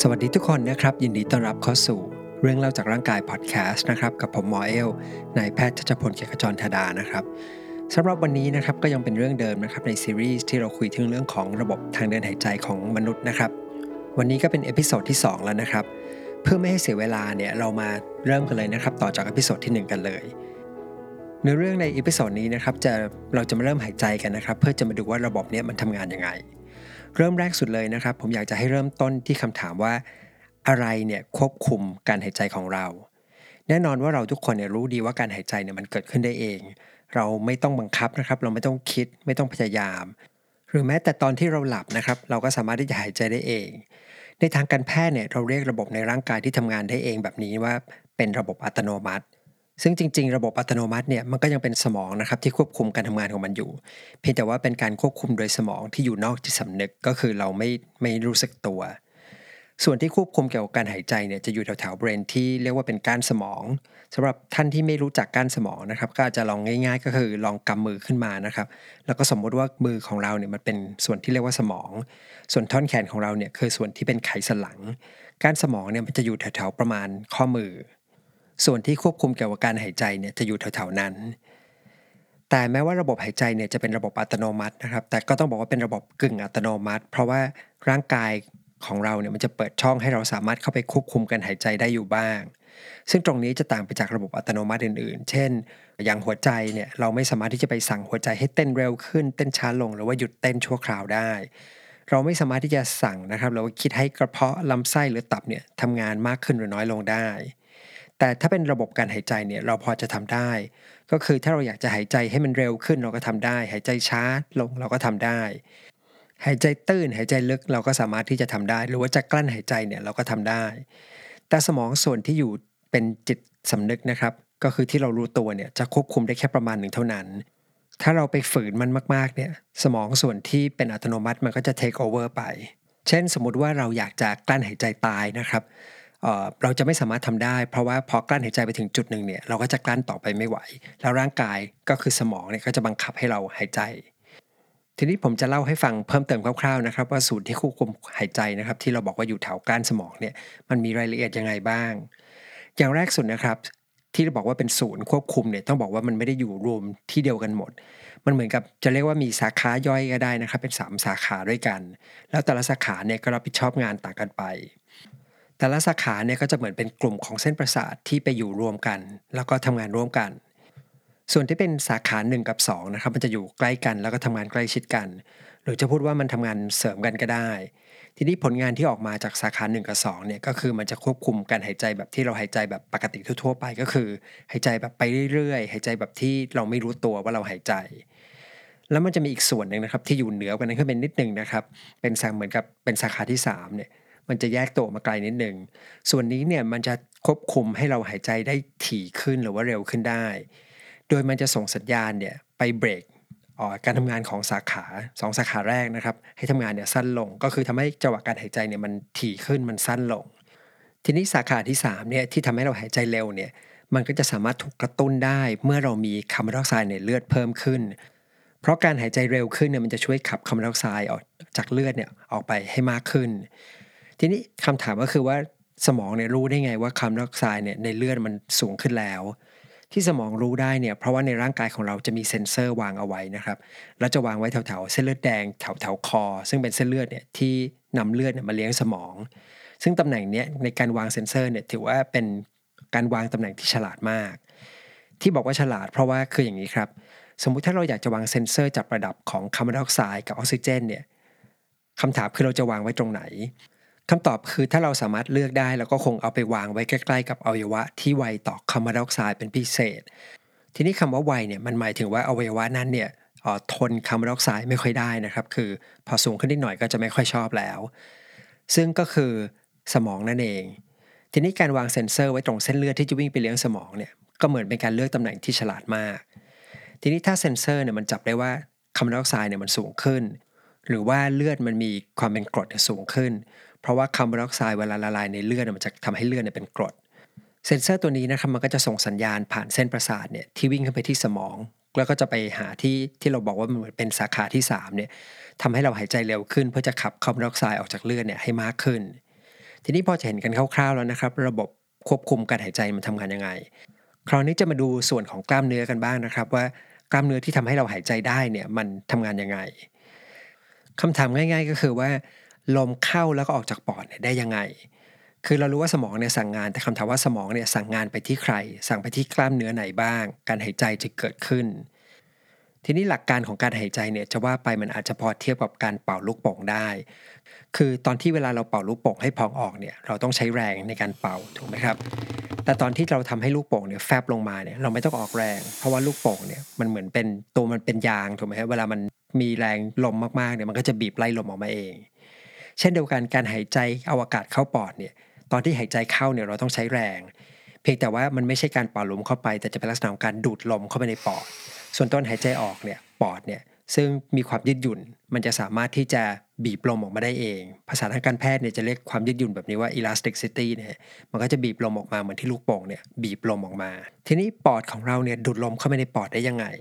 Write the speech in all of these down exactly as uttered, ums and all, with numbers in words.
สวัสดีทุกคนนะครับยินดีต้อนรับเข้าสู่เรื่องเล่าจากร่างกายพอดแคสต์นะครับกับผมหมอเอลนายแพทย์ชัชพลเกียรติขจรธดานะครับสำหรับวันนี้นะครับก็ยังเป็นเรื่องเดิมนะครับในซีรีส์ที่เราคุยถึงเรื่องของระบบทางเดินหายใจของมนุษย์นะครับวันนี้ก็เป็นเอพิโซดที่สองแล้วนะครับเพื่อไม่ให้เสียเวลาเนี่ยเรามาเริ่มกันเลยนะครับต่อจากเอพิโซดที่หนึ่งกันเลยในเรื่องในเอพิโซดนี้นะครับจะเราจะมาเริ่มหายใจกันนะครับเพื่อจะมาดูว่าระบบนี้มันทำงานยังไงเริ่มแรกสุดเลยนะครับผมอยากจะให้เริ่มต้นที่คำถามว่าอะไรเนี่ยควบคุมการหายใจของเราแน่นอนว่าเราทุกคนเนี่ยรู้ดีว่าการหายใจเนี่ยมันเกิดขึ้นได้เองเราไม่ต้องบังคับนะครับเราไม่ต้องคิดไม่ต้องพยายามหรือแม้แต่ตอนที่เราหลับนะครับเราก็สามารถที่จะหายใจได้เองในทางการแพทย์เนี่ยเราเรียกระบบในร่างกายที่ทำงานได้เองแบบนี้ว่าเป็นระบบอัตโนมัติซึ่งจริงๆระบบอัตโนมัติเนี่ยมันก็ยังเป็นสมองนะครับที่ควบคุมการทำงานของมันอยู่เพียงแต่ว่าเป็นการควบคุมโดยสมองที่อยู่นอกจิตสำนึกก็คือเราไม่ไม่รู้สึกตัวส่วนที่ควบคุมเกี่ยวกับการหายใจเนี่ยจะอยู่แถวๆเบรนที่เรียกว่าเป็นก้านสมองสำหรับท่านที่ไม่รู้จักก้านสมองนะครับก็อาจจะลองง่ายๆก็คือลองกำมือขึ้นมานะครับแล้วก็สมมติว่ามือของเราเนี่ยมันเป็นส่วนที่เรียกว่าสมองส่วนท่อนแขนของเราเนี่ยคือส่วนที่เป็นไขสันหลังก้านสมองเนี่ยมันจะอยู่แถวๆประมาณข้อมือส่วนที่ควบคุมเกี่ยวกับการหายใจเนี่ยจะอยู่แถวๆนั้นแต่แม้ว่าระบบหายใจเนี่ยจะเป็นระบบอัตโนมัตินะครับแต่ก็ต้องบอกว่าเป็นระบบกึ่งอัตโนมัติเพราะว่าร่างกายของเราเนี่ยมันจะเปิดช่องให้เราสามารถเข้าไปควบคุมการหายใจได้อยู่บ้างซึ่งตรงนี้จะต่างไปจากระบบอัตโนมัติอื่นๆเช่นอย่างหัวใจเนี่ยเราไม่สามารถที่จะไปสั่งหัวใจให้เต้นเร็วขึ้นเต้นช้าลงหรือว่าหยุดเต้นชั่วคราวได้เราไม่สามารถที่จะสั่งนะครับหรือว่าคิดให้กระเพาะลำไส้หรือตับเนี่ยทำงานมากขึ้นหรือน้อยลงได้แต่ถ้าเป็นระบบการหายใจเนี่ยเราพอจะทำได้ก็คือถ้าเราอยากจะหายใจให้มันเร็วขึ้นเราก็ทำได้หายใจช้าลงเราก็ทำได้หายใจตื้นหายใจลึกเราก็สามารถที่จะทำได้หรือว่าจะกลั้นหายใจเนี่ยเราก็ทำได้แต่สมองส่วนที่อยู่เป็นจิตสำนึกนะครับก็คือที่เรารู้ตัวเนี่ยจะควบคุมได้แค่ประมาณหนึ่งเท่านั้นถ้าเราไปฝืนมันมากๆเนี่ยสมองส่วนที่เป็นอัตโนมัติมันก็จะ take over ไปเช่นสมมุติว่าเราอยากจะกลั้นหายใจตายนะครับเอ่อเราจะไม่สามารถทำได้เพราะว่าพอกลั้นหายใจไปถึงจุดหนึ่งเนี่ยเราก็จะกลั้นต่อไปไม่ไหวแล้วร่างกายก็คือสมองเนี่ยก็จะบังคับให้เราหายใจทีนี้ผมจะเล่าให้ฟังเพิ่มเติมคร่าวๆนะครับว่าศูนย์ที่ควบคุมหายใจนะครับที่เราบอกว่าอยู่แถวก้านสมองเนี่ยมันมีรายละเอียดยังไงบ้างอย่างแรกสุดนะครับที่เราบอกว่าเป็นศูนย์ควบคุมเนี่ยต้องบอกว่ามันไม่ได้อยู่รวมที่เดียวกันหมดมันเหมือนกับจะเรียกว่ามีสาขาย่อยก็ได้นะครับเป็นสามสาขาด้วยกันแล้วแต่ละสาขาเนี่ยก็รับผิดชอบงานต่างกันไปแต่ละสาขาเนี่ยก็จะเหมือนเป็นกลุ่มของเส้นประสาทที่ไปอยู่รวมกันแล้วก็ทำงานร่วมกันส่วนที่เป็นสาขาหนึ่งกับสองนะครับมันจะอยู่ใกล้กันแล้วก็ทำงานใกล้ชิดกันหรือจะพูดว่ามันทำงานเสริมกันก็ได้ทีนี้ผลงานที่ออกมาจากสาขาหนึ่งกับสองเนี่ยก็คือมันจะควบคุมการหายใจแบบที่เราหายใจแบบปกติทั่วๆไปก็คือหายใจแบบไปเรื่อยๆหายใจแบบที่เราไม่รู้ตัวว่าเราหายใจแล้วมันจะมีอีกส่วนหนึ่งนะครับที่อยู่เหนือกว่านั้นขึ้นไปนิดนึงนะครับเป็นสาเหมือนกับเป็นสาขาที่สามเนี่ยมันจะแยกตัวออกมาไกลนิดนึงส่วนนี้เนี่ยมันจะควบคุมให้เราหายใจได้ถี่ขึ้นหรือว่าเร็วขึ้นได้โดยมันจะส่งสัญญาณเนี่ยไปเบรกอ่อการทำงานของสาขาสองสาขาแรกนะครับให้ทำงานเนี่ยสั้นลงก็คือทำให้จังหวะการหายใจเนี่ยมันถี่ขึ้นมันสั้นลงทีนี้สาขาที่สามเนี่ยที่ทำให้เราหายใจเร็วเนี่ยมันก็จะสามารถถูกกระตุ้นได้เมื่อเรามีคาร์บอนไดออกไซด์ในเลือดเพิ่มขึ้นเพราะการหายใจเร็วขึ้นเนี่ยมันจะช่วยขับคาร์บอนไดออกไซด์ออกจากเลือดเนี่ยออกไปให้มากขึ้นทีนี้คำถามก็คือว่าสมองเนี่ยรู้ได้ไงว่าคาร์บอนไดออกไซด์เนี่ยในเลือดมันสูงขึ้นแล้วที่สมองรู้ได้เนี่ยเพราะว่าในร่างกายของเราจะมีเซ็นเซอร์วางเอาไว้นะครับแล้วจะวางไว้แถวๆเส้นเลือดแดงแถวๆคอซึ่งเป็นเส้นเลือดเนี่ยที่นำเลือดเนี่ยมาเลี้ยงสมองซึ่งตำแหน่งเนี้ยในการวางเซ็นเซอร์เนี่ยถือว่าเป็นการวางตำแหน่งที่ฉลาดมากที่บอกว่าฉลาดเพราะว่าคืออย่างนี้ครับสมมุติถ้าเราอยากจะวางเซ็นเซอร์จับระดับของคาร์บอนไดออกไซด์กับออกซิเจนเนี่ยคำถามคือเราจะวางไว้ตรงไหนคำตอบคือถ้าเราสามารถเลือกได้เราก็คงเอาไปวางไว้ใกล้ๆกับอวัยวะที่ไวต่อคาร์บอนไดออกไซด์เป็นพิเศษทีนี้คำว่าไวเนี่ยมันหมายถึงว่าอวัยวะนั้นเนี่ยเอ่อทนคาร์บอนไดออกไซด์ไม่ค่อยได้นะครับคือพอสูงขึ้นนิดหน่อยก็จะไม่ค่อยชอบแล้วซึ่งก็คือสมองนั่นเองทีนี้การวางเซ็นเซอร์ไว้ตรงเส้นเลือดที่จะวิ่งไปเลี้ยงสมองเนี่ยก็เหมือนเป็นการเลือกตำแหน่งที่ฉลาดมากทีนี้ถ้าเซ็นเซอร์เนี่ยมันจับได้ว่าคาร์บอนไดออกไซด์เนี่ยมันสูงขึ้นหรือว่าเลือดมันมีความเป็นกรดเนี่ยสูงขึ้นเพราะว่าคาร์บอนไดออกไซด์เวลาละลายในเลือดมันจะทำให้เลือดเนี่ยเป็นกรดเซ็นเซอร์ตัวนี้นะครับมันก็จะส่งสัญญาณผ่านเส้นประสาทเนี่ยที่วิ่งขึ้นไปที่สมองแล้วก็จะไปหาที่ที่เราบอกว่ามันเหมือนเป็นสาขาที่สามเนี่ยทำให้เราหายใจเร็วขึ้นเพื่อจะขับคาร์บอนไดออกไซด์ออกจากเลือดเนี่ยให้มากขึ้นทีนี้พอจะเห็นกันคร่าวๆแล้วนะครับระบบควบคุมการหายใจมันทำงานยังไงคราวนี้จะมาดูส่วนของกล้ามเนื้อกันบ้างนะครับว่ากล้ามเนื้อที่ทำให้เราหายใจได้เนี่ยมันทำงานยังไงคำถามง่ายๆก็คือว่าลมเข้าแล้วก็ออกจากปอดเนี่ยได้ยังไงคือเรารู้ว่าสมองเนี่ยสั่งงานแต่คำถามว่าสมองเนี่ยสั่งงานไปที่ใครสั่งไปที่กล้ามเนื้อไหนบ้างการหายใจจะเกิดขึ้นทีนี้หลักการของการหายใจเนี่ยจะว่าไปมันอาจจะพอเทียบกับการเป่าลูกโป่งได้คือตอนที่เวลาเราเป่าลูกโป่งให้พองออกเนี่ยเราต้องใช้แรงในการเป่าถูกไหมครับแต่ตอนที่เราทำให้ลูกโป่งเนี่ยแฟบลงมาเนี่ยเราไม่ต้องออกแรงเพราะว่าลูกโป่งเนี่ยมันเหมือนเป็นตัวมันเป็นยางถูกไหมครับเวลามันมีแรงลมมากๆเนี่ยมันก็จะบีบไล่ลมออกมาเองเช่นเดียวกันการหายใจเอาอากาศเข้าปอดเนี่ยตอนที่หายใจเข้าเนี่ยเราต้องใช้แรงเพียงแต่ว่ามันไม่ใช่การเป่าลมเข้าไปแต่จะเป็นลักษณะของการดูดลมเข้าไปในปอดส่วนตอนหายใจออกเนี่ยปอดเนี่ยซึ่งมีความยืดหยุ่นมันจะสามารถที่จะบีบลมออกมาได้เองภาษาทางการแพทย์เนี่ยจะเรียกความยืดหยุ่นแบบนี้ว่า elasticity เนี่ยมันก็จะบีบลมออกมาเหมือนที่ลูกโป่งเนี่ยบีบลมออกมาทีนี้ปอดของเราเนี่ยดูดลมเข้าไปในปอดได้ยังไง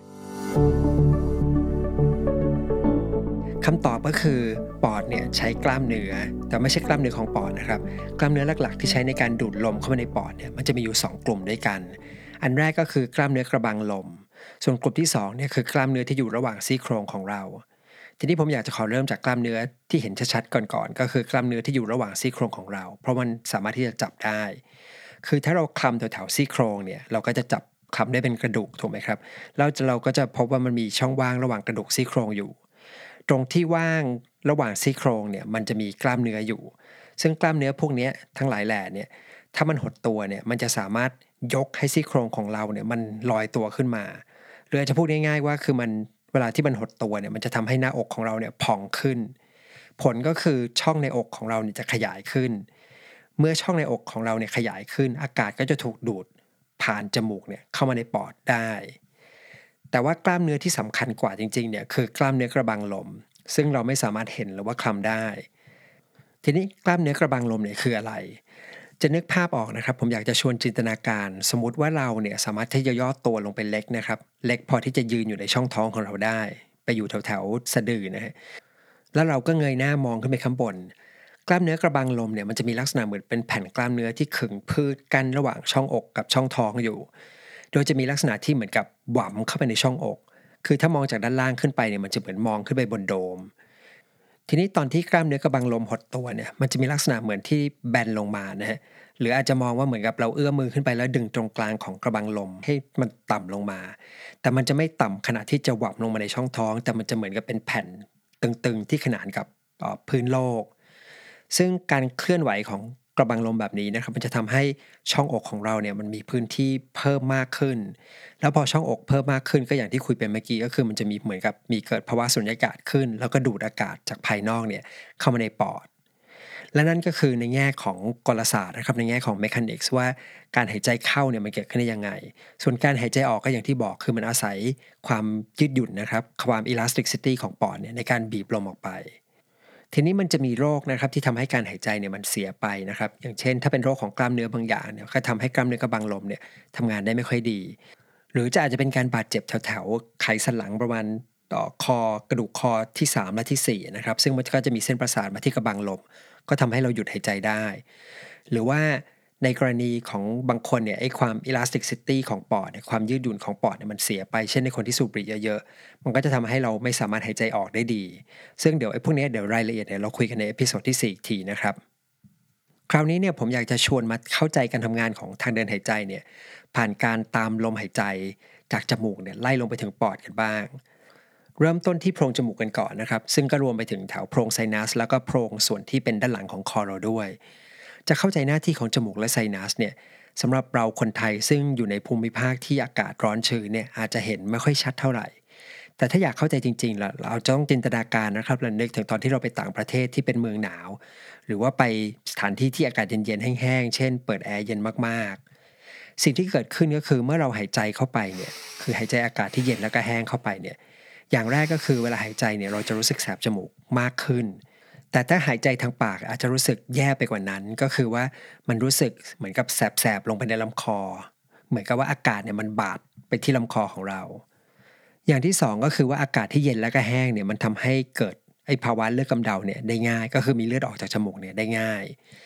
คำตอบก็คือปอดเนี่ยใช้กล้ามเนื้อแต่ไม่ใช่กล้ามเนื้อของปอดนะครับกล้ามเนื้อหลักๆที่ใช้ในการดูดลมเข้าไปในปอดเนี่ยมันจะมีอยู่สองกลุ่มด้วยกันอันแรกก็คือกล้ามเนื้อกระบังลมส่วนกลุ่มที่สองเนี่ยคือกล้ามเนื้อที่อยู่ระหว่างซี่โครงของเราทีนี้ผมอยากจะขอเริ่มจากกล้ามเนื้อที่เห็นชัดๆก่อนๆก็คือกล้ามเนื้อที่อยู่ระหว่างซี่โครงของเราเพราะมันสามารถที่จะจับได้คือถ้าเราคลำแถวๆซี่โครงเนี่ยเราก็จะจับคลำได้เป็นกระดูกถูกไหมครับแล้วเราก็จะพบว่ามันมีช่องว่างระหว่างกระดูกซี่โครงอยู่ตรงที่ว่างระหว่างซี่โครงเนี่ยมันจะมีกล้ามเนื้ออยู่ซึ่งกล้ามเนื้อพวกนี้ทั้งหลายแหล่เนี่ยถ้ามันหดตัวเนี่ยมันจะสามารถยกให้ซี่โครงของเราเนี่ยมันลอยตัวขึ้นมาหรืออาจจะพูดง่ายๆว่าคือมันเวลาที่มันหดตัวเนี่ยมันจะทำให้หน้าอกของเราเนี่ยพองขึ้นผลก็คือช่องในอกของเราเนี่ยจะขยายขึ้นเมื่อช่องในอกของเราเนี่ยขยายขึ้นอากาศก็จะถูกดูดผ่านจมูกเนี่ยเข้ามาในปอดได้แต่ว่ากล้ามเนื้อที่สำคัญกว่าจริงๆเนี่ยคือกล้ามเนื้อกระบังลมซึ่งเราไม่สามารถเห็นหรือว่าคลำได้ทีนี้กล้ามเนื้อกระบังลมเนี่ยคืออะไรจะนึกภาพออกนะครับผมอยากจะชวนจินตนาการสมมุติว่าเราเนี่ยสามารถที่จะย่อตัวลงไปเล็กนะครับเล็กพอที่จะยืนอยู่ในช่องท้องของเราได้ไปอยู่แถวๆสะดือนะฮะแล้วเราก็เงยหน้ามองขึ้นไปข้างบนกล้ามเนื้อกระบังลมเนี่ยมันจะมีลักษณะเหมือนเป็นแผ่นกล้ามเนื้อที่ขึงพืดกั้นระหว่างช่องอกกับช่องท้องอยู่โดยจะมีลักษณะที่เหมือนกับหว่ำเข้าไปในช่องอกคือถ้ามองจากด้านล่างขึ้นไปเนี่ยมันจะเหมือนมองขึ้นไปบนโดม ทีนี้ตอนที่กล้ามเนื้อกระบังลมหดตัวเนี่ยมันจะมีลักษณะเหมือนที่แบนลงมานะฮะหรืออาจจะมองว่าเหมือนกับเราเอื้อมมือขึ้นไปแล้วดึงตรงกลางของกระบังลมให้มันต่ำลงมาแต่มันจะไม่ต่ำขนาดที่จะหวับลงมาในช่องท้องแต่มันจะเหมือนกับเป็นแผ่นตึงๆที่ขนานกับพื้นโลกซึ่งการเคลื่อนไหวของกระบังลมแบบนี้นะครับมันจะทำให้ช่องอกของเราเนี่ยมันมีพื้นที่เพิ่มมากขึ้นแล้วพอช่องอกเพิ่มมากขึ้นก็อย่างที่คุยไปเมื่อกี้ก็คือมันจะมีเหมือนกับมีเกิดภาวะสุญญากาศขึ้นแล้วก็ดูดอากาศจากภายนอกเนี่ยเข้ามาในปอดและนั่นก็คือในแง่ของกลศาสตร์นะครับในแง่ของ mechanics ว่าการหายใจเข้าเนี่ยมันเกิดขึ้นได้ยังไงส่วนการหายใจออกก็อย่างที่บอกคือมันอาศัยความยืดหยุ่นนะครับความ elasticity ของปอดเนี่ยในการบีบลมออกไปทีนี้มันจะมีโรคนะครับที่ทำให้การหายใจเนี่ยมันเสียไปนะครับอย่างเช่นถ้าเป็นโรคของกล้ามเนื้อบางอย่างเนี่ยก็ทำให้กล้ามเนื้อกระบังลมเนี่ยทำงานได้ไม่ค่อยดีหรือจะอาจจะเป็นการบาดเจ็บแถวๆไขสันหลังประมาณต่อคอกระดูกคอที่สามและที่สี่นะครับซึ่งมันก็จะมีเส้นประสาทมาที่กระบังลมก็ทำให้เราหยุดหายใจได้หรือว่าในกรณีของบางคนเนี่ยไอ้ความ elasticity ของปอดเนี่ยความยืดหยุ่นของปอดเนี่ยมันเสียไปเช่นในคนที่สูบบุหรี่เยอะๆมันก็จะทำให้เราไม่สามารถหายใจออกได้ดีซึ่งเดี๋ยวไอ้พวกนี้เดี๋ยวรายละเอียดเนี่ยเราคุยกันในเอพิโซดที่สี่อีกทีนะครับคราวนี้เนี่ยผมอยากจะชวนมาเข้าใจการทำงานของทางเดินหายใจเนี่ยผ่านการตามลมหายใจจากจมูกเนี่ยไล่ลงไปถึงปอดกันบ้างเริ่มต้นที่โพรงจมูกกันก่อนนะครับซึ่งก็รวมไปถึงแถวโพรงไซนัสแล้วก็โพรงส่วนที่เป็นด้านหลังของคอเราด้วยจะเข้าใจหน้าที่ของจมูกและไซนัสเนี่ยสำหรับเราคนไทยซึ่งอยู่ในภูมิภาคที่อากาศร้อนชื้นเนี่ยอาจจะเห็นไม่ค่อยชัดเท่าไหร่แต่ถ้าอยากเข้าใจจริงๆล่ะเราจะต้องจินตนาการนะครับและนึกถึงตอนที่เราไปต่างประเทศที่เป็นเมืองหนาวหรือว่าไปสถานที่ที่อากาศเย็นๆแห้งๆเช่นเปิดแอร์เย็นมากๆสิ่งที่เกิดขึ้นก็คือเมื่อเราหายใจเข้าไปเนี่ยคือหายใจอากาศที่เย็นแล้วก็แห้งเข้าไปเนี่ยอย่างแรกก็คือเวลาหายใจเนี่ยเราจะรู้สึกแสบจมูกมากขึ้นแต่ถ้าหายใจทางปากอาจจะรู้สึกแย่ไปกว่านั้นก็คือว่ามันรู้สึกเหมือนกับแสบๆลงไปในลำคอเหมือนกับว่าอากาศเนี่ยมันบาดไปที่ลำคอของเราอย่างที่สองก็คือว่าอากาศที่เย็นแล้วก็แห้งเนี่ยมันทำให้เกิดไอ้ภาวะเลือดกำเดาเนี่ยได้ง่ายก็คือมีเลือดออกจากจมูกเนี่ยได้ง่าย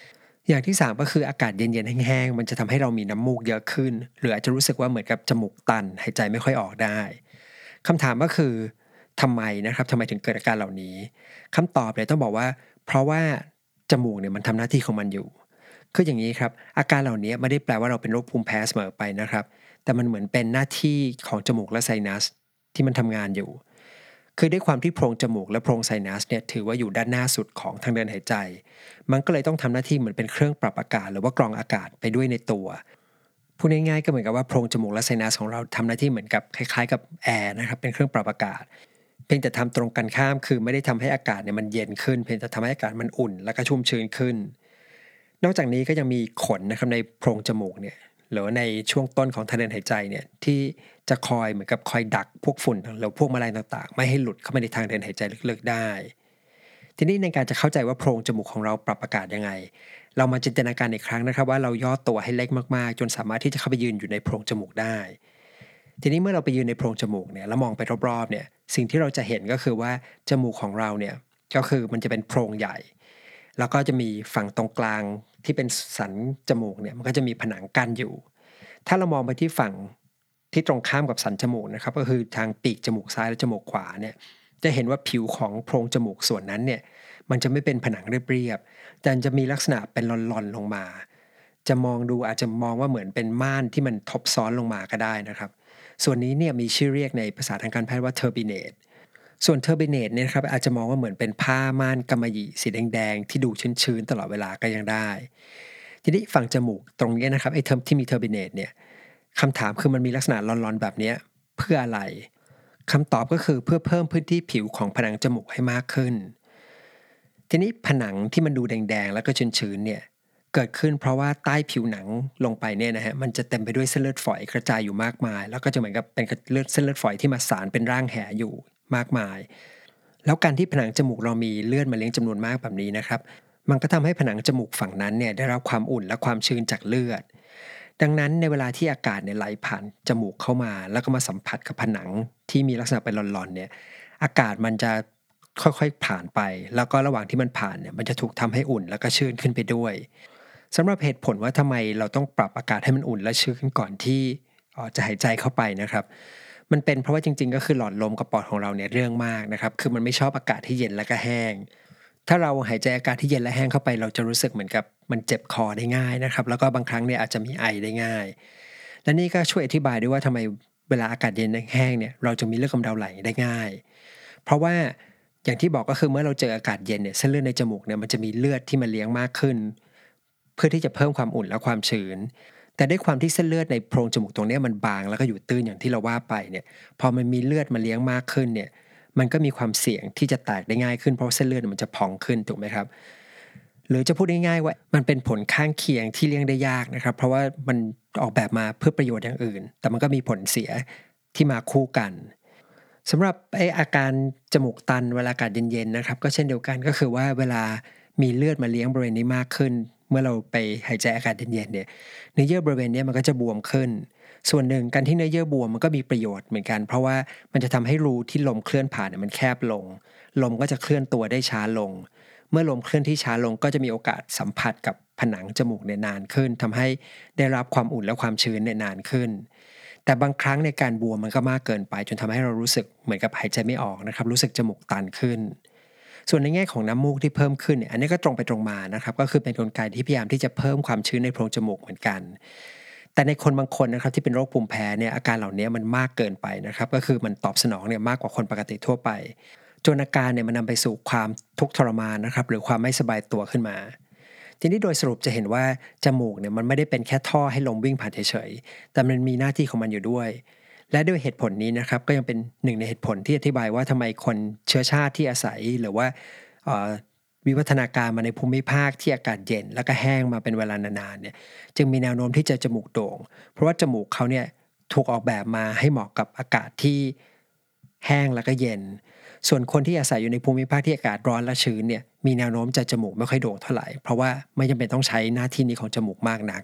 อย่างที่สามก็คืออากาศเย็นๆแห้งๆมันจะทำให้เรามีน้ำมูกเยอะขึ้นหรืออาจจะรู้สึกว่าเหมือนกับจมูกตันหายใจไม่ค่อยออกได้คำถามก็คือทำไมนะครับทำไมถึงเกิดอาการเหล่านี้คำตอบเนี่ยต้องบอกว่าเพราะว่าจมูกเนี่ยมันทำหน้าที่ของมันอยู่คืออย่างนี้ครับอาการเหล่านี้ไม่ได้แปลว่าเราเป็นโรคภูมิแพ้เสมอไปนะครับแต่มันเหมือนเป็นหน้าที่ของจมูกและไซนัสที่มันทำงานอยู่คือด้วยความที่โพรงจมูกและโพรงไซนัสเนี่ยถือว่าอยู่ด้านหน้าสุดของทางเดินหายใจมันก็เลยต้องทำหน้าที่เหมือนเป็นเครื่องปรับอากาศหรือว่ากรองอากาศไปด้วยในตัวพูดง่ายๆก็เหมือนกับว่าโพรงจมูกและไซนัสของเราทำหน้าที่เหมือนกับคล้ายๆกับแอร์นะครับเป็นเครื่องปรับอากาศเพียงแต่ทำตรงกันข้ามคือไม่ได้ทำให้อากาศเนี่ยมันเย็นขึ้นเพียงแต่ทำให้อากาศมันอุ่นและก็ชุ่มชื้นขึ้นนอกจากนี้ก็ยังมีขนนะครับในโพรงจมูกเนี่ยหรือในช่วงต้นของทางเดินหายใจเนี่ยที่จะคอยเหมือนกับคอยดักพวกฝุ่นหรือพวกแมลงต่างๆไม่ให้หลุดเข้าไปในทางเดินหายใจลึกๆได้ทีนี้ในการจะเข้าใจว่าโพรงจมูกของเราปรับอากาศยังไงเรามาจินตนาการอีกครั้งนะครับว่าเราย่อตัวให้เล็กมากๆจนสามารถที่จะเข้าไปยืนอยู่ในโพรงจมูกได้ทีนี้เมื่อเราไปยืนในโพรงจมูกเนี่ยแล้วมองไปรอบๆเนี่ยสิ่งที่เราจะเห็นก็คือว่าจมูกของเราเนี่ยก็คือมันจะเป็นโพรงใหญ่แล้วก็จะมีฝั่งตรงกลางที่เป็นสันจมูกเนี่ยมันก็จะมีผนังกั้นอยู่ถ้าเรามองไปที่ฝั่งที่ตรงข้ามกับสันจมูกนะครับก็คือทางปีกจมูกซ้ายและจมูกขวาเนี่ยจะเห็นว่าผิวของโพรงจมูกส่วนนั้นเนี่ยมันจะไม่เป็นผนังเรียบๆแต่จะมีลักษณะเป็นลอนๆลงมาจะมองดูอาจจะมองว่าเหมือนเป็นม่านที่มันทบซ้อนลงมาก็ได้นะครับส่วนนี้เนี่ยมีชื่อเรียกในภาษาทางการแพทย์ว่า turbinate ส่วน turbinate เนี่ยครับอาจจะมองว่าเหมือนเป็นผ้าม่านกำมะหยี่สีแดงๆที่ดูชื้นๆตลอดเวลาก็ยังได้ทีนี้ฝั่งจมูกตรงนี้นะครับไอ้เทอมที่มี turbinate เนี่ยคำถามคือมันมีลักษณะลอนๆแบบนี้เพื่ออะไรคำตอบก็คือเพื่อเพิ่มพื้นที่ผิวของผนังจมูกให้มากขึ้นทีนี้ผนังที่มันดูแดงๆแล้วก็ชื้นๆเนี่ยเกิดขึ้นเพราะว่าใต้ผิวหนังลงไปเนี่ยนะฮะมันจะเต็มไปด้วยเส้นเลือดฝอยกระจายอยู่มากมายแล้วก็จะเหมือนกับเป็นเลือดเส้นเลือดฝอยที่มาสานเป็นร่างแหอยู่มากมายแล้วการที่ผนังจมูกเรามีเลือดมาเลี้ยงจำนวนมากแบบนี้นะครับมันก็ทำให้ผนังจมูกฝั่งนั้นเนี่ยได้รับความอุ่นและความชื้นจากเลือดดังนั้นในเวลาที่อากาศเนี่ยไหลผ่านจมูกเข้ามาแล้วก็มาสัมผัสกับผนังที่มีลักษณะเป็นหลอนๆเนี่ยอากาศมันจะค่อยๆผ่านไปแล้วก็ระหว่างที่มันผ่านเนี่ยมันจะถูกทำให้อุ่นแล้วก็ชื้นขึ้นไปด้วยสำหรับเหตุผลว่าทำไมเราต้องปรับอากาศให้มันอุ่นและชื้นก่อนที่จะหายใจเข้าไปนะครับมันเป็นเพราะว่าจริงๆก็คือหลอดลมกับปอดของเราเนี่ยเรื่องมากนะครับคือมันไม่ชอบอากาศที่เย็นและก็แห้งถ้าเราหายใจอากาศที่เย็นและแห้งเข้าไปเราจะรู้สึกเหมือนกับมันเจ็บคอได้ง่ายนะครับแล้วก็บางครั้งเนี่ยอาจจะมีไอได้ง่ายและนี่ก็ช่วยอธิบายด้วยว่าทำไมเวลาอากาศเย็นแห้งเนี่ยเราจะมีเลือดกำเดาไหลได้ง่ายเพราะว่าอย่างที่บอกก็คือเมื่อเราเจออากาศเย็นเนี่ยเส้นเลือดในจมูกเนี่ยมันจะมีเลือดที่มันเลี้ยงมากขึ้นเพื่อที่จะเพิ่มความอุ่นและความชื้นแต่ด้วยความที่เส้นเลือดในโพรงจมูกตรงนี้มันบางแล้วก็อยู่ตื้นอย่างที่เราว่าไปเนี่ยพอมันมีเลือดมาเลี้ยงมากขึ้นเนี่ยมันก็มีความเสี่ยงที่จะแตกได้ง่ายขึ้นเพราะเส้นเลือดมันจะพองขึ้นถูกไหมครับหรือจะพูดง่ายๆว่ามันเป็นผลข้างเคียงที่เลี่ยงได้ยากนะครับเพราะว่ามันออกแบบมาเพื่อประโยชน์อย่างอื่นแต่มันก็มีผลเสียที่มาคู่กันสำหรับไอ้อาการจมูกตันเวลาอากาศเย็นๆนะครับก็เช่นเดียวกันก็คือว่าเวลามีเลือดมาเลี้ยงบริเวณนี้มากขึ้นเมื่อเราไปหายใจอากาศเย็นๆเนี่ยเนื้อเยื่อบริเวณนี้มันก็จะบวมขึ้นส่วนหนึ่งการที่เนื้อเยื่อบวมมันก็มีประโยชน์เหมือนกันเพราะว่ามันจะทำให้รูที่ลมเคลื่อนผ่านเนี่ยมันแคบลงลมก็จะเคลื่อนตัวได้ช้าลงเมื่อลมเคลื่อนที่ช้าลงก็จะมีโอกาสสัมผัสกับผนังจมูกเนี่ยนานขึ้นทำให้ได้รับความอุ่นและความชื้นเนี่ยนานขึ้นแต่บางครั้งในการบวมมันก็มากเกินไปจนทำให้เรารู้สึกเหมือนกับหายใจไม่ออกนะครับรู้สึกจมูกตันขึ้นส่วนในแง่ของน้ำมูกที่เพิ่มขึ้นเนี่ยอันนี้ก็ตรงไปตรงมานะครับก็คือเป็นกลไกที่พยายามที่จะเพิ่มความชื้นในโพรงจมูกเหมือนกันแต่ในคนบางคนนะครับที่เป็นโรคภูมิแพ้เนี่ยอาการเหล่านี้มันมากเกินไปนะครับก็คือมันตอบสนองเนี่ยมากกว่าคนปกติทั่วไปจนอาการเนี่ยมันนำไปสู่ความทุกข์ทรมานนะครับหรือความไม่สบายตัวขึ้นมาทีนี้โดยสรุปจะเห็นว่าจมูกเนี่ยมันไม่ได้เป็นแค่ท่อให้ลมวิ่งผ่านเฉยๆแต่มันมีหน้าที่ของมันอยู่ด้วยและด้วยเหตุผลนี้นะครับก็ยังเป็นหนึ่งในเหตุผลที่อธิบายว่าทำไมคนเชื้อชาติที่อาศัยหรือว่าวิวัฒนาการมาในภูมิภาคที่อากาศเย็นแล้วก็แห้งมาเป็นเวลานานๆเนี่ยจึงมีแนวโน้มที่จะจมูกโด่งเพราะว่าจมูกเขาเนี่ยถูกออกแบบมาให้เหมาะกับอากาศที่แห้งแล้วก็เย็นส่วนคนที่อาศัยอยู่ในภูมิภาคที่อากาศร้อนและชื้นเนี่ยมีแนวโน้มจะจมูกไม่ค่อยโด่งเท่าไหร่เพราะว่าไม่จำเป็นต้องใช้หน้าที่นี้ของจมูกมากนัก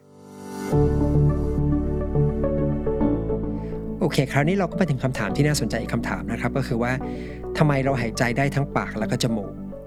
โอเคคราวนี้เราก็ไปถึงคำถามที่น่าสนใจอีกคำถามนะครับก็คือว่าทำไมเราหายใจได้ทั้งปากแล้วก็จมูก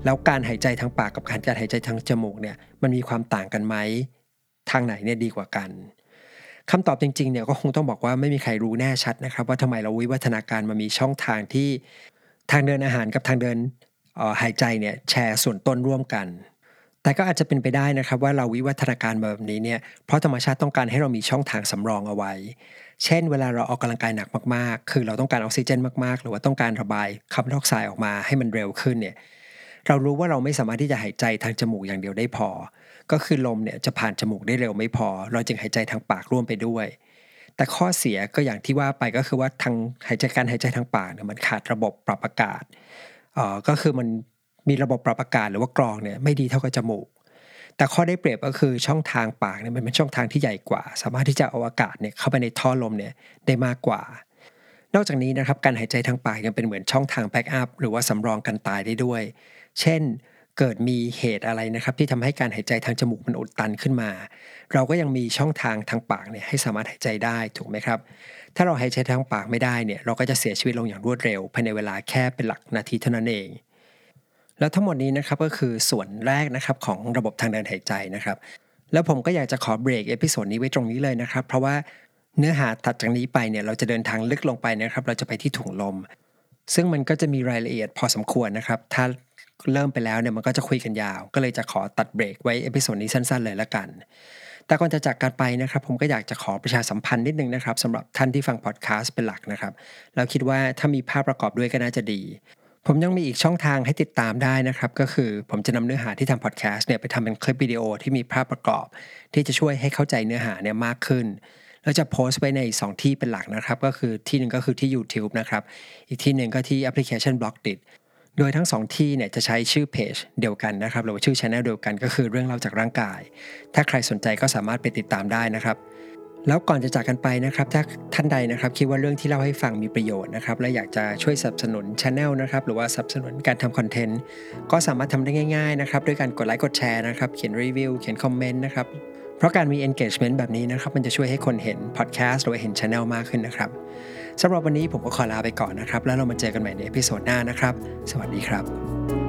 แล้วการหายใจทางปากกับการการหายใจทางจมูกเนี่ยมันมีความต่างกันไหมทางไหนเนี่ยดีกว่ากันคำตอบจริงๆเนี่ยก็คงต้องบอกว่าไม่มีใครรู้แน่ชัดนะครับว่าทำไมเราวิวัฒนาการมามีช่องทางที่ทางเดินอาหารกับทางเดินเอ่อหายใจเนี่ยแชร์ส่วนต้นร่วมกันแต่ก็อาจจะเป็นไปได้นะครับว่าเราวิวัฒนาการมาแบบนี้เนี่ยเพราะธรรมชาติต้องการให้เรามีช่องทางสำรองเอาไว้เช่นเวลาเราออกกำลังกายหนักมากๆคือเราต้องการออกซิเจนมากๆหรือว่าต้องการระบายคาร์บอนไดออกไซด์ออกมาให้มันเร็วขึ้นเนี่ยเรารู้ว่าเราไม่สามารถที่จะหายใจทางจมูกอย่างเดียวได้พอก็คือลมเนี่ยจะผ่านจมูกได้เร็วไม่พอเราจึงหายใจทางปากร่วมไปด้วยแต่ข้อเสียก็อย่างที่ว่าไปก็คือว่าทางหายใจการหายใจทางปากเนี่ยมันขาดระบบปรับอากาศเอ่อก็คือมันมีระบบปรับอากาศหรือว่ากรองเนี่ยไม่ดีเท่ากับจมูกแต่ข้อได้เปรียบก็คือช่องทางปากเนี่ยมันเป็นช่องทางที่ใหญ่กว่าสามารถที่จะเอาอากาศเนี่ยเข้าไปในท่อลมเนี่ยได้มากกว่านอกจากนี้นะครับการหายใจทางปากยังเป็นเหมือนช่องทางแบ็กอัพหรือว่าสำรองกันตายได้ด้วยเช่นเกิดมีเหตุอะไรนะครับที่ทำให้การหายใจทางจมูกมันอุดตันขึ้นมาเราก็ยังมีช่องทางทางปากเนี่ยให้สามารถหายใจได้ถูกไหมครับถ้าเราหายใจทางปากไม่ได้เนี่ยเราก็จะเสียชีวิตลงอย่างรวดเร็วภายในเวลาแค่เป็นหลักนาทีเท่านั้นเองแล้วทั้งหมดนี้นะครับก็คือส่วนแรกนะครับของระบบทางเดินหายใจนะครับแล้วผมก็อยากจะขอเบรกเอพิโซดนี้ไว้ตรงนี้เลยนะครับเพราะว่าเนื้อหาถัดจากนี้ไปเนี่ยเราจะเดินทางลึกลงไปนะครับเราจะไปที่ถุงลมซึ่งมันก็จะมีรายละเอียดพอสมควรนะครับถ้าเริ่มไปแล้วเนี่ยมันก็จะคุยกันยาวก็เลยจะขอตัดเบรกไว้เอพิโซดนี้สั้นๆเลยละกันแต่ก่อนจะจากกันไปนะครับผมก็อยากจะขอประชาสัมพันธ์นิดนึงนะครับสำหรับท่านที่ฟังพอดแคสต์เป็นหลักนะครับแล้วคิดว่าถ้ามีภาพประกอบด้วยก็น่าจะดีผมยังมีอีกช่องทางให้ติดตามได้นะครับก็คือผมจะนำเนื้อหาที่ทำพอดแคสต์เนี่ยไปทำเป็นคลิปวิดีโอที่มีภาพประกอบที่จะช่วยให้เข้าใจเนื้อหาเนี่ยมากขึ้นแล้วจะโพสต์ไว้ในสองที่เป็นหลักนะครับก็คือที่หนึ่งก็คือที่ YouTube นะครับอีกที่หนึ่งก็ที่แอปพลิเคชัน Blockdit โดยทั้งสองที่เนี่ยจะใช้ชื่อเพจเดียวกันนะครับหรือว่าชื่อ channel เดียวกันก็คือเรื่องเล่าจากร่างกายถ้าใครสนใจก็สามารถไปติดตามได้นะครับแล้วก่อนจะจากกันไปนะครับถ้าท่านใดนะครับคิดว่าเรื่องที่เล่าให้ฟังมีประโยชน์นะครับและอยากจะช่วยสนับสนุน channel นะครับหรือว่าสนับสนุนการทำคอนเทนต์ก็สามารถทำได้ง่ายๆนะครับด้วยการกดไลค์กดแชร์นะครับเขียนรีวิวเขียนคอมเมนต์นะครับเพราะการมี engagement แบบนี้นะครับมันจะช่วยให้คนเห็น podcast หรือว่าเห็น channel มากขึ้นนะครับสำหรับวันนี้ผมก็ขอลาไปก่อนนะครับแล้วเรามาเจอกันใหม่ในเอพิโซดหน้านะครับสวัสดีครับ